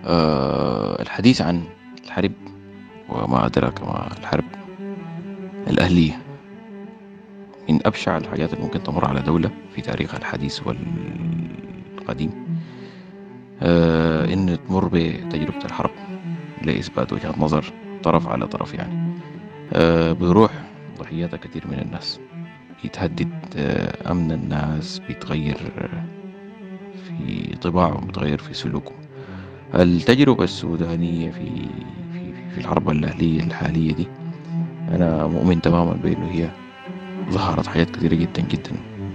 الحديث عن الحرب وما أدراك ما الحرب الأهلية من أبشع الحاجات اللي ممكن تمر على دولة في تاريخها الحديث والقديم. إن تمر بتجربة الحرب لإثبات وجهة نظر طرف على طرف يعني. بيروح ضحياتها كثير من الناس، بيتهدد أمن الناس، بيتغير في طباعهم، بيتغير في سلوكهم. التجربة السودانية في الحرب الأهلية الحالية دي، أنا مؤمن تماما بأنه هي ظهرت حاجات كثيرة جدا جدا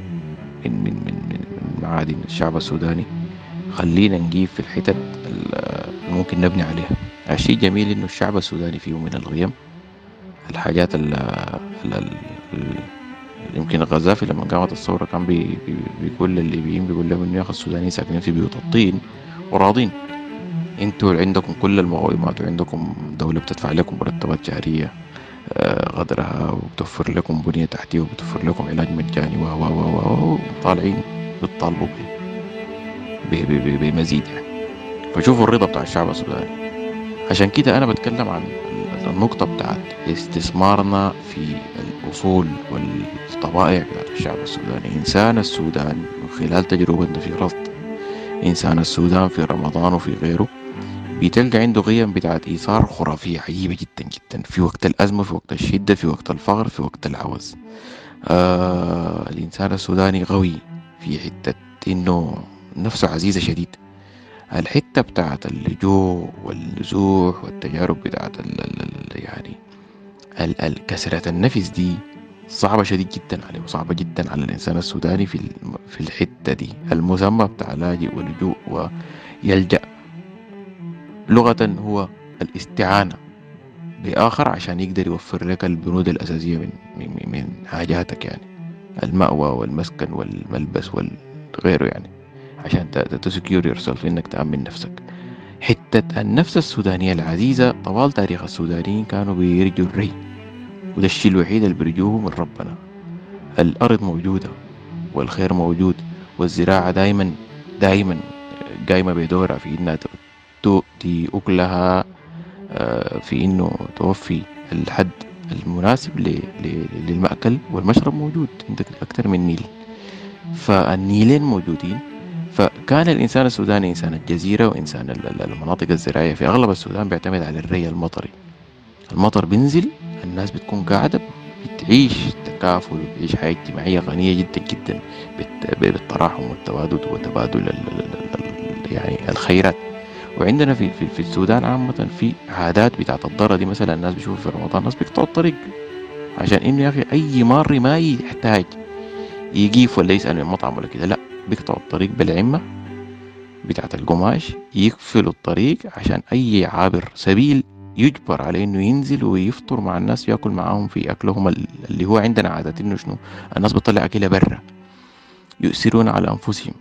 من معادن الشعب السوداني. خلينا نجيب في الحتت اللي ممكن نبني عليها. الشيء جميل إنه الشعب السوداني فيه من القيم، الحاجات اللي يمكن الغزافي لما قامت الثورة كان بيقول للليبيين، بيقول لهم إنه يا أخي السودانيين ساكنين في بيوت الطين وراضين، انتوا عندكم كل المقومات وعندكم دولة بتدفع لكم مرتبات شهرية غدرها، وبتوفر لكم بنية تحتية، وبتوفر لكم علاج مجاني طالعين بيطالبوا بمزيد يعني. فشوفوا الرضا بتاع الشعب السوداني. عشان كده أنا بتكلم عن النقطة بتاعت استثمارنا في الأصول والطبائع بتاعت الشعب السوداني. إنسان السودان من خلال تجربتنا في رصد إنسان السودان في رمضان وفي غيره، بتلقى عنده قيم بتاعت إيثار خرافية عجيبة جدا جدا في وقت الأزمة، في وقت الشدة، في وقت الفقر، في وقت العوز. الإنسان السوداني قوي في حتة إنه نفسه عزيزة شديد. الحتة بتاعت اللجوء والنزوح والتجارب بتاعت يعني كسرة النفس دي صعبة شديد جدا عليه، وصعبة جدا على الإنسان السوداني في الحتة دي المسمى بتاع لاجئ ولجوء ويلجأ. لغة هو الاستعانة بآخر عشان يقدر يوفر لك البنود الأساسية من حاجاتك يعني، المأوى والمسكن والملبس وغيره يعني، عشان تسكيور يورسلف، إنك تأمن نفسك. حتة النفس السودانية العزيزة طوال تاريخ السودانيين كانوا بيرجوا الري، وده الشيء الوحيد اللي بيرجوه من ربنا. الأرض موجودة والخير موجود، والزراعة دايما دايما قايمة بدورها في إنها تؤتي أكلها، في إنه توفي الحد المناسب للمأكل، والمشرب موجود عندك أكثر من نيل، فالنيلين موجودين. فكان الإنسان السوداني إنسان الجزيرة وإنسان المناطق الزراعية في أغلب السودان بيعتمد على الري المطري. المطر بينزل، الناس بتكون قاعدة بتعيش تكافل وبتعيش حياة اجتماعية غنية جدا جدا بالتراحم والتوادد وتبادل يعني الخيرات. وعندنا في السودان عامة في عادات بتاعت الضرة دي. مثلا الناس بيشوفوا في رمضان الناس بيقطعوا الطريق، عشان انه يا اخي اي ماري ما يحتاج يجيف ولا يسأل من مطعم ولا كده، لا، بيقطعوا الطريق بالعمة بتاعت القماش، يقفلوا الطريق عشان اي عابر سبيل يجبر على انه ينزل ويفطر مع الناس، ياكل معاهم في اكلهم اللي هو عندنا عادة انه شنو، الناس بتطلع اكلها برا، يؤثرون على انفسهم.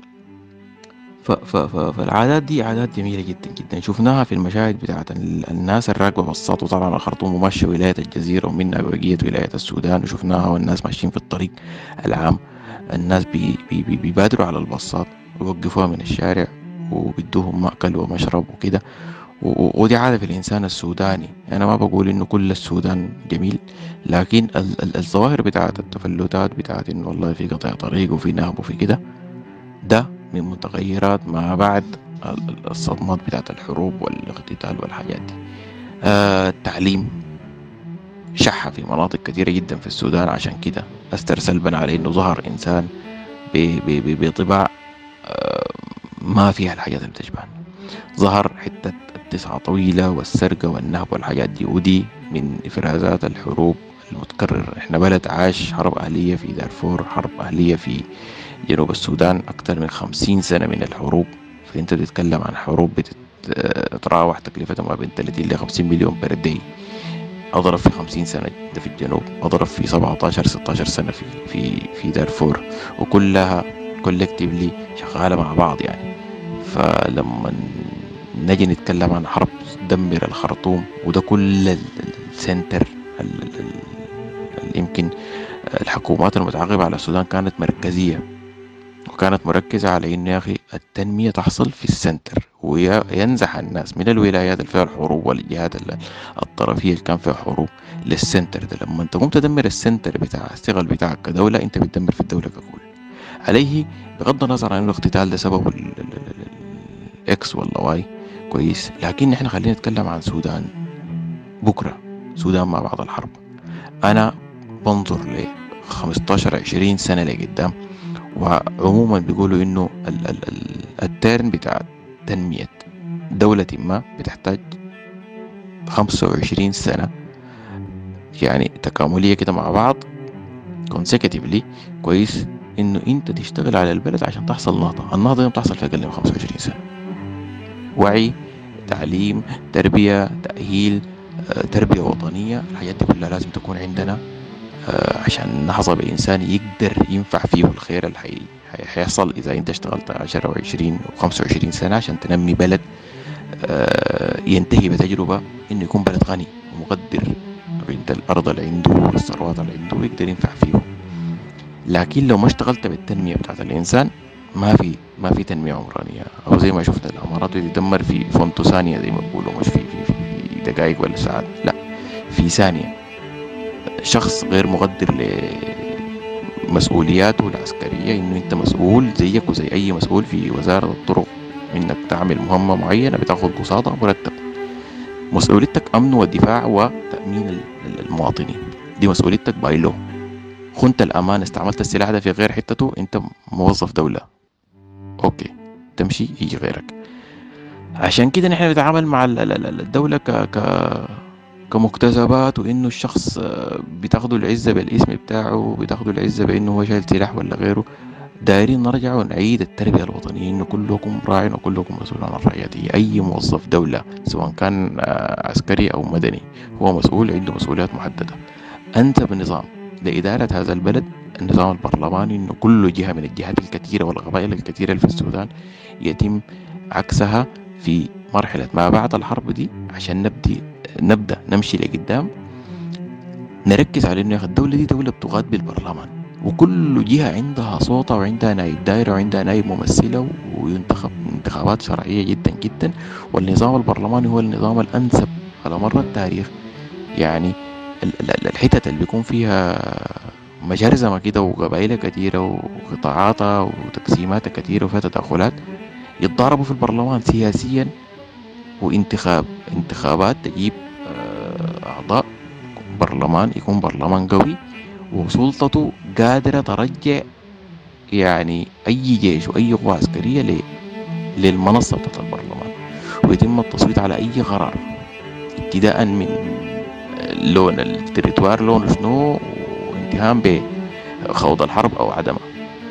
فالعادات دي عادات جميلة جدا جدا، شفناها في المشاهد بتاعت الناس الراكبة بساط وطالعة من الخرطوم وماشية ولاية الجزيرة ومنها بقية ولاية السودان، وشفناها والناس ماشيين في الطريق العام. الناس بيبادروا على البساط ويوقفوها من الشارع وبيدوهم مأكل ومشرب وكده. ودي عادة في الإنسان السوداني. أنا ما بقول إنه كل السودان جميل، لكن الظواهر بتاعت التفلتات بتاعت إنه والله في قطع طريق وفي نهب وفي كده، ده من متغيرات ما بعد الصدمات بتاعت الحروب والاقتتال والحاجات دي. التعليم شح في مناطق كثيرة جدا في السودان، عشان كده أثر سلبا على إنه ظهر إنسان بطباع ما فيها الحاجات اللي بتشبهنا. ظهر حتة التسعة طويلة والسرقة والنهب والحاجات دي، ودي من إفرازات الحروب المتكررة. إحنا بلد عاش حرب أهلية في دارفور، حرب أهلية في جنوب السودان، أكثر من 50 سنة من الحروب. فأنت بتتكلم عن حروب بتتراوح تكلفتها ما بين 30 ل 50 مليون بردي. أضرب في 50 سنة ده في الجنوب، أضرب في 17 16 سنة في دارفور، وكلها كولكتيفلي شغالة مع بعض يعني. فلما نجي نتكلم عن حرب تدمر الخرطوم، وده كل السنتر يمكن الحكومات المتعاقبة على السودان كانت مركزية وكانت مركزة على إنه يا أخي التنمية تحصل في السنتر، وينزح الناس من الولايات اللي فيها الحروب والجهات الطرفية اللي كان فيها حروب للسنتر ده. لما أنت قمت تدمر السنتر بتاع الثقل بتاعك كدولة، أنت بتدمر في الدولة ككل. عليه بغض النظر عن الاقتتال ده سببه الإكس ولا واي، كويس، لكن نحن خلينا نتكلم عن سودان بكرة، سودان ما بعد الحرب. أنا بنظر ل 15 20 سنة لقدام، وعموما بيقولوا انه التيرن بتاع تنمية دولة ما بتحتاج 25 سنة يعني تكاملية كده مع بعض consecutively، كويس، انه انت تشتغل على البلد عشان تحصل نهضة. النهضة دي بتحصل في اقل من 25 سنة. وعي، تعليم، تربية، تأهيل، تربية وطنية، الحاجات دي كلها لازم تكون عندنا عشان نحظى بإنسان يقدر ينفع فيه الخير اللي هيحصل إذا أنت اشتغلت 10 و20 و25 سنة عشان تنمي بلد ينتهي بتجربة إنه يكون بلد غني ومقدر عند الأرض اللي عنده والثروات اللي عنده ويقدر ينفع فيه. لكن لو ما اشتغلت بالتنمية بتاعت الإنسان ما في تنمية عمرانية، أو زي ما شفنا الأمارات بتدمر في فونتو ثانية زي ما بيقولوا، مش في دقائق ولا ساعات، لا، في ثانية. شخص غير مقدر لمسؤولياته العسكرية، انه انت مسؤول زيك وزي اي مسؤول في وزارة الطرق، انك تعمل مهمة معينة بتاخذ قصادها مرتب. مسؤوليتك امن والدفاع وتأمين المواطنين، دي مسؤوليتك بايلو. خنت الامان، استعملت السلاح ده في غير حتته، انت موظف دولة، اوكي، تمشي يجي غيرك. عشان كده نحن نتعامل مع الدولة كمكتسبات، وانه الشخص بتاخده العزة بالاسم بتاعه، بتاخده العزة بانه هو شايل سلاح ولا غيره. دايرين نرجع ونعيد التربية الوطنية، انه كلكم راع وكلكم مسؤول عن رعيته. اي موظف دولة سواء كان عسكري او مدني هو مسؤول، عنده مسؤوليات محددة. انت بنظام لإدارة هذا البلد، النظام البرلماني، انه كل جهة من الجهات الكثيرة والقبائل الكثيرة اللي في السودان يتم عكسها في مرحلة ما بعد الحرب دي، عشان نبدأ نمشي لقدام. نركز على انه الدولة دي دولة بتقاد بالبرلمان، وكل جهة عندها صوتها وعندها نائب دائرة وعندها نائب ممثلة، وينتخب انتخابات شرعية جدا جدا. والنظام البرلماني هو النظام الأنسب على مر التاريخ. يعني الحتت اللي بيكون فيها مجرزمة كده وقبائل كثيرة وقطاعاتها وتقسيمات كثيرة وفيها تدخلات، يتضاربوا في البرلمان سياسيا، انتخابات تجيب أعضاء برلمان يكون برلمان قوي، وسلطته قادرة ترجع يعني أي جيش وأي قوة عسكرية للمنصة بتاعت البرلمان، ويتم التصويت على أي قرار ابتداء من لون التريتوار لونه شنو، وانتهاء بخوض الحرب أو عدمها.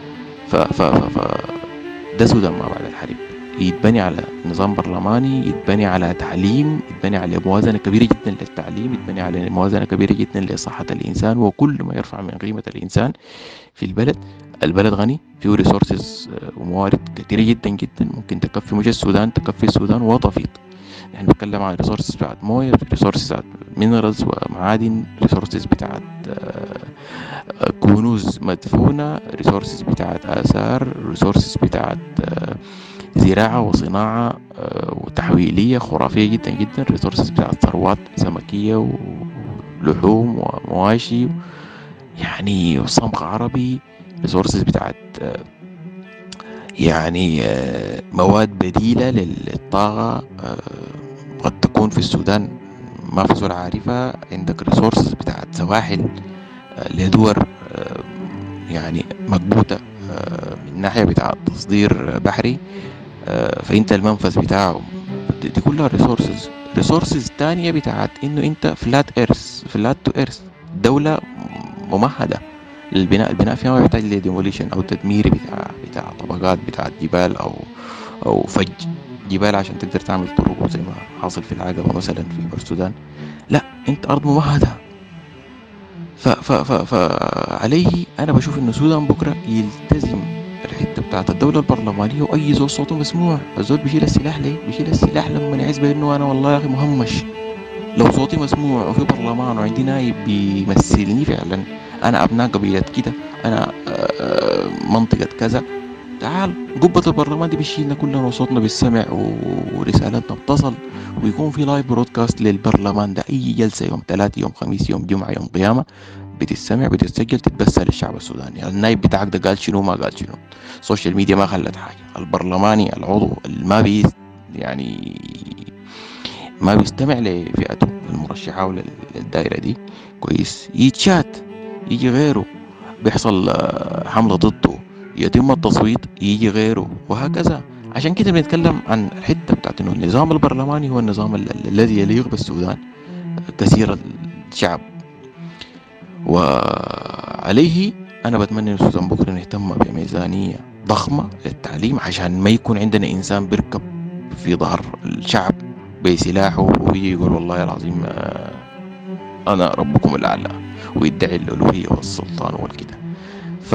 ده سودان ما بعد الحرب، يتبني على نظام برلماني، يتبني على تعليم، يتبني على موازنة كبيرة جدا للتعليم، يتبني على موازنة كبيرة جدا لصحة الإنسان وكل ما يرفع من قيمة الإنسان في البلد. البلد غني، فيه ريسورسز وموارد كثيرة جدا جدا ممكن تكفي مش السودان، تكفي السودان وتفيض. نحن بنتكلم عن ريسورسز بتاعت مويه، ريسورسز بتاعت مينرالز ومعادن، ريسورسز بتاعت كنوز مدفونة، ريسورسز بتاعت آثار، ريسورسز بتاعت زراعة وصناعة وتحويلية خرافية جدا جدا، ريسورسز بتاعت ثروات سمكية ولحوم ومواشي يعني صمغ عربي، ريسورسز بتاعت يعني مواد بديلة للطاقة قد تكون في السودان ما في زول عارفة. عندك ريسورسز بتاعت سواحل لدول يعني مكبوتة من ناحية بتاع تصدير بحري، فانت المنفذ بتاعه. دي كلها ريسورسز تانية بتاعت انه انت فلات تو ايرث، دولة ممهدة للبناء. البناء فيها ما بيحتاج لديموليشن او تدمير بتاع طبقات بتاعت جبال او فج جبال عشان تقدر تعمل طرق زي ما حاصل في العقبة مثلا في السودان. لا، انت ارض ممهدة. فعليه انا بشوف انه السودان بكره يلتزم الحته بتاعت الدوله البرلمانيه، واي زول صوته مسموع. الزول بيشيل السلاح ليه؟ بيشيل السلاح لما يحس بانه انا والله يا اخي مهمش، لو صوتي مسموع وفي برلمان وعندي نايب بيمثلني فعلا، انا ابناء قبيله كده، انا منطقه كذا، تعال قبة البرلمان دي بتشيلنا كلنا وصوتنا بالسمع ورسالتنا بتصل، ويكون في لايف برودكاست للبرلمان ده. أي جلسة يوم ثلاثة، يوم خميس، يوم جمعة، يوم قيامة، بتتسمع، بتتسجل، تتبث للشعب السوداني. النايب بتاعك ده قال شنو ما قال شنو. السوشيال ميديا ما خلت حاجة. البرلماني العضو اللي ما يعني ما بيستمع لفئته المرشحة للدائرة دي كويس، يتشات، يجي غيره بيحصل حملة ضده، يتم التصويت، يجي غيره، وهكذا. عشان كده بنتكلم عن الحتة بتاعت انه النظام البرلماني هو النظام الذي يليق بالسودان كثير الشعب. وعليه انا بتمنى ان السودان بكره نهتم بميزانية ضخمة للتعليم، عشان ما يكون عندنا انسان بيركب في ظهر الشعب بسلاحه ويجي يقول والله العظيم انا ربكم الاعلى، ويدعي الالوهية والسلطان والكده. ف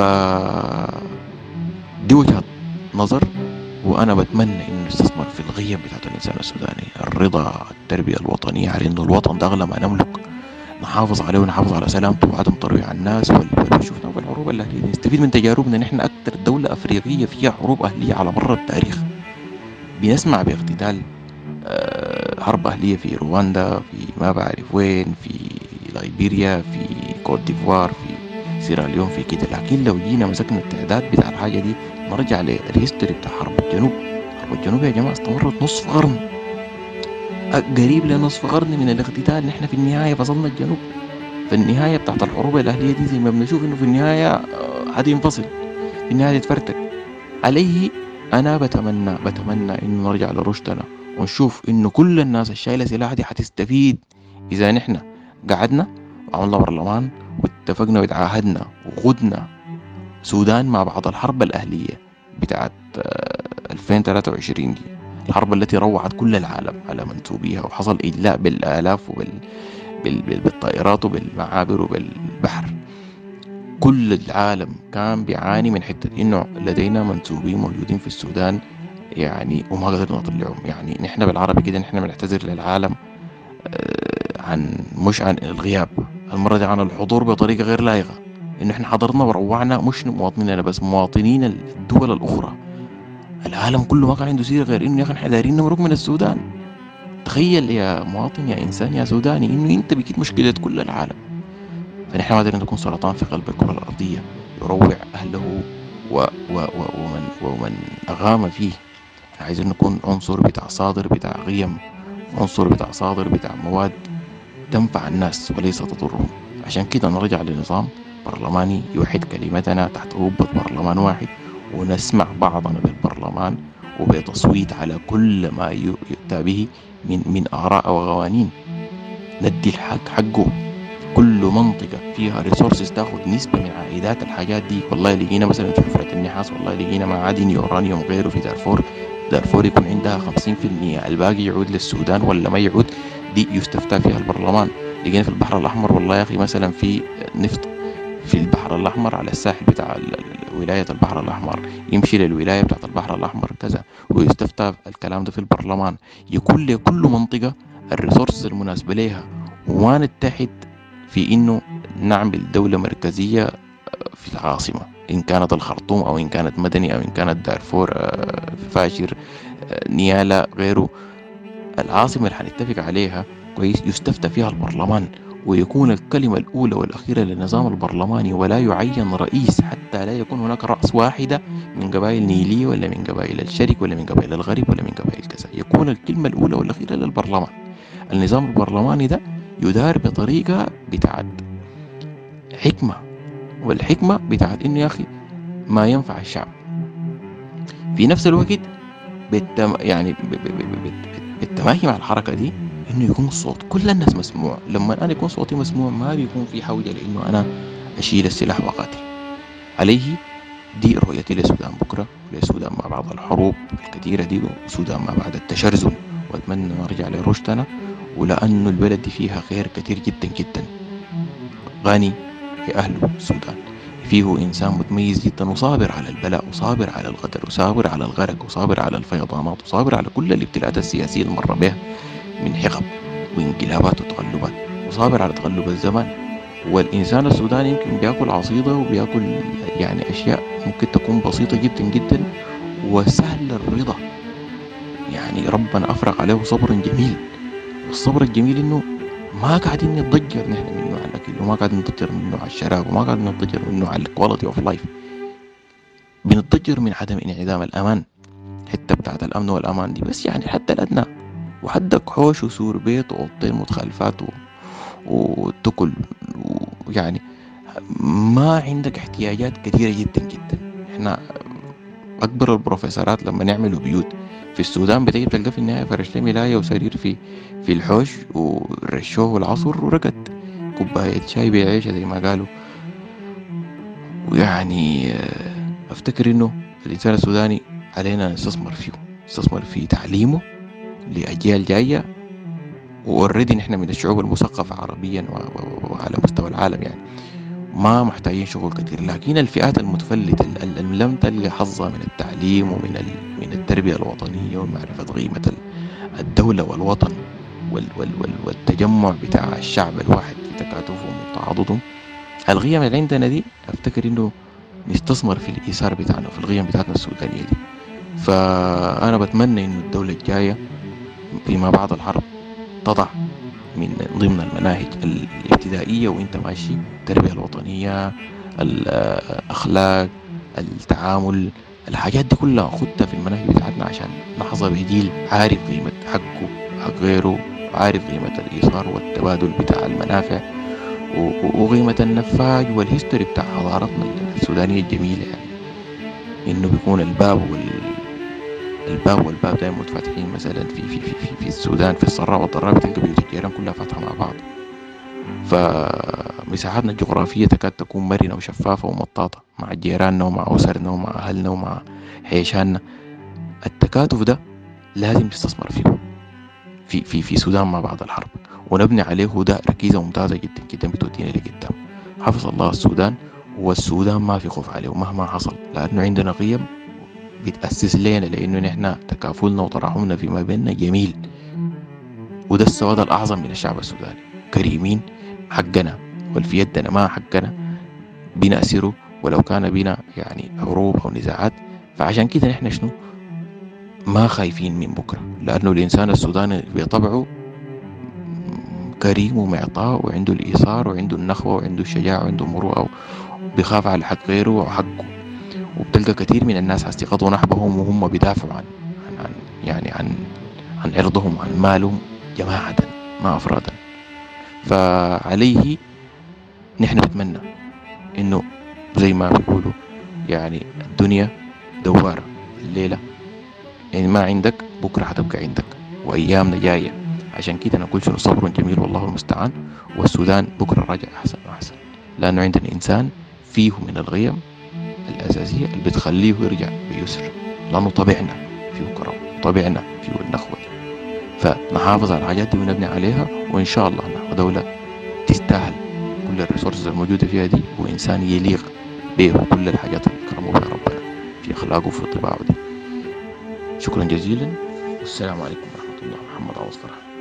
دي وجهة نظر، وانا بتمنى انه نستثمر في القيم بتاعت الانسان السوداني، الرضا، التربية الوطنية، على انه الوطن ده اغلى ما نملك، نحافظ عليه ونحافظ على سلامته وعدم ترويع الناس. شفنا بالحروب الاهلية، نستفيد من تجاربنا. نحن اكثر دولة افريقية فيها حروب اهلية على مر التاريخ. بنسمع باغتتال حرب اهلية في رواندا، في ما بعرف وين، في ليبيريا، في كوت ديفوار، في سيراليون، في كده. لكن لو جينا مسكنا التعداد بتاع الحاجة دي، نرجع للهيستوري بتاع حرب الجنوب. حرب الجنوب يا جماعة استمرت نصف قرن، قريب لنصف قرن من الاغتتال. نحن في النهاية فصلنا الجنوب. في النهاية بتاعت الحروب الأهلية دي زي ما بنشوف إنه في النهاية هتنفصل، في النهاية تتفرتك. عليه أنا بتمنى إنه نرجع لرشدنا ونشوف إنه كل الناس الشايلة سلاح دي هتستفيد إذا نحن قعدنا وعملنا برلمان واتفقنا وتعاهدنا وغدنا سودان مع بعض. الحرب الأهلية بتاعت 2023 دي، الحرب التي روعت كل العالم على منسوبيها، وحصل إجلاء بالآلاف بالطائرات وبالمعابر وبالبحر. كل العالم كان بيعاني من حتة إنه لدينا منسوبين موجودين في السودان يعني، وما قدرنا نطلعهم. يعني نحن بالعربي كده نحن بنعتذر للعالم عن مش عن الغياب، المرة دي عن الحضور بطريقة غير لائقة. إنه إحنا حضرنا وروعنا مش مواطنينا بس، مواطنين الدول الأخرى. العالم كله ما كان عنده سيرة غير إنه يا أخي إحنا دايرين نمرق من السودان. تخيل يا مواطن، يا إنسان، يا سوداني، إنه أنت بكيت مشكلة كل العالم. فنحن ما قدرنا نكون سرطان في قلب الكرة الأرضية يروع أهله ومن أغام فيه. عايزين نكون عنصر بتاع صادر بتاع قيم، عنصر بتاع صادر بتاع مواد تنفع الناس وليس تضرهم. عشان كده نرجع لنظام برلماني يوحد كلمتنا تحت قبة برلمان واحد، ونسمع بعضنا بالبرلمان وبتصويت على كل ما يؤتى به من آراء وقوانين. ندي الحق حقه. كل منطقة فيها ريسورسز تاخد نسبة من عائدات الحاجات دي. والله لقينا مثلا في حفرة النحاس، والله لقينا معادن يورانيوم غيره في دارفور يكون عندها 50%، الباقي يعود للسودان ولا ما يعود، دي يستفتى فيها البرلمان. لقينا في البحر الأحمر والله يا أخي مثلا في نفط في البحر الأحمر على الساحل بتاع ولاية البحر الأحمر، يمشي للولاية بتاعت البحر الأحمر كذا، ويستفتى الكلام ده في البرلمان. يكون لكل منطقة الريسورسز المناسبة لها، وما نتحد في إنه نعمل دولة مركزية في العاصمة، إن كانت الخرطوم أو إن كانت مدني أو إن كانت دارفور فاشر نيالا غيره. العاصمة اللي هنتفق عليها كويس يستفتى فيها البرلمان، ويكون الكلمة الأولى والأخيرة للنظام البرلماني، ولا يعين رئيس حتى لا يكون هناك رأس واحدة من قبائل نيلية ولا من قبائل الشرق ولا من قبائل الغرب ولا من قبائل كذا. يكون الكلمة الأولى والأخيرة للبرلمان. النظام البرلماني ده يدار بطريقة بتاعت حكمة، والحكمة بتاعت إنه يا أخي ما ينفع الشعب في نفس الوقت يعني بالتماهي مع الحركة دي، إنه يكون صوت كل الناس مسموع. لما أنا يكون صوتي مسموع ما بيكون في حوجة لإنه أنا أشيل السلاح وأقاتل. عليه دي رؤيتي للسودان بكرة، للسودان ما بعد الحروب الكثيرة دي، وسودان ما بعد التشرذم. وأتمنى نرجع لرشدنا، ولأنه البلد دي فيها خير كثير جدا جدا. غني في أهله السودان، فيه إنسان متميز جدا وصابر على البلاء وصابر على الغدر وصابر على الغرق وصابر على الفيضانات وصابر على كل الابتلاءات السياسية اللي مر بها من حقب وانقلابات وتقلبات، وصابر على تقلب الزمان. والإنسان السوداني يمكن بياكل عصيدة وبياكل يعني أشياء ممكن تكون بسيطة جدا جدا وسهل الرضا. يعني ربنا أفرغ عليه صبرا جميل. والصبر الجميل إنه ما قاعدين نتضجر نحن منه على الأكل، وما قاعدين نتضجر منه على الشراب، وما قاعدين نتضجر منه على الكواليتي اوف لايف. بنتضجر من عدم انعدام الأمان. حتة بتاعت الأمن والأمان دي بس يعني حتى الأدنى، وحدك حوش وسور بيت وأوضتين متخلفات وتكل، ويعني ما عندك احتياجات كثيرة جدا جدا. احنا أكبر البروفيسورات لما نعملوا بيوت في السودان بتجي بتلقى في النهاية فرش لي ملاية وسرير في الحوش ورشوه العصر ورقد كوباية شاي بعيشة زي ما قالوا. ويعني أفتكر إنه الإنسان السوداني علينا نستثمر في تعليمه لأجيال جاية. وأوريدي نحن من الشعوب المثقفة عربيا وعلى مستوى العالم، يعني ما محتاجين شغل كتير. لكن الفئات المتفلتة اللي لم تلقى حظها من التعليم من التربية الوطنية ومعرفة قيمة الدولة والوطن والتجمع بتاع الشعب الواحد في تكاتفهم وتعاضدهم، القيم اللي عندنا دي أفتكر إنه نستثمر في الإيثار بتاعنا في القيم بتاعتنا السودانية دي. فأنا بتمنى إنه الدولة الجاية فيما بعد الحرب تضع من ضمن المناهج الابتدائية وانت ماشي التربية الوطنية، الأخلاق، التعامل، الحاجات دي كلها خدها في المناهج بتاعتنا عشان نحظى بجيل عارف قيمة حقه وحق غيره، وعارف قيمة الإيثار والتبادل بتاع المنافع وقيمة النفاج والهيستوري بتاع حضارتنا السودانية الجميلة. يعني إنه بيكون الباب والباب دايما متفاتحين. مثلا في السودان في الصراء والضراء بتلقى بيوت الجيران كلها فاتحة مع بعض. فمساحاتنا الجغرافية تكاد تكون مرنة وشفافة ومطاطة مع جيراننا ومع أسرنا ومع أهلنا ومع حيشاننا. التكاتف ده لازم نستثمر فيه في السودان ما بعد الحرب، ونبني عليه. ده ركيزة ممتازة جدا جدا بتودينا لقدام. حفظ الله السودان. والسودان ما في خوف عليه مهما حصل، لأنه عندنا قيم بتأسس لنا، لأنه نحن تكافلنا وتراحمنا فيما بيننا جميل. وده السواد الأعظم من الشعب السوداني، كريمين حقنا، والفي يدنا ما حقنا بنأسره ولو كان بنا يعني حروب أو نزاعات. فعشان كده نحن شنو ما خايفين من بكرة، لأنه الإنسان السوداني بطبعه كريم ومعطاء وعنده الإيثار وعنده النخوة وعنده الشجاعة وعنده المروءة، بيخاف على حق غيره وحقه. وبتلقى كثير من الناس حسيقضوا نحبهم وهم بيدافعوا عن يعني عن عرضهم وعن مالهم جماعة ما أفرادا. فعليه نحن بنتمنى إنه زي ما بيقولوا يعني الدنيا دوارة، الليلة يعني ما عندك بكرة حتبقى عندك، وأيامنا جاية. عشان كده نقول شنو صبر جميل والله المستعان. والسودان بكرة راجع أحسن وأحسن، لأنه عندنا إنسان فيه من القيم الأساسية اللي بتخليه يرجع بيسر، لأنه طبيعنا فيه كرم، طبيعنا فيه النخوة. فنحافظ على الحاجات دي ونبني عليها، وإن شاء الله نحن دولة تستاهل كل الريسورسز الموجودة فيها دي، وإنسان يليق به كل الحاجات اللي كرمه بها ربنا في أخلاقه وفي طباعه دي. شكرا جزيلا، والسلام عليكم ورحمة الله. محمد عوض فرح.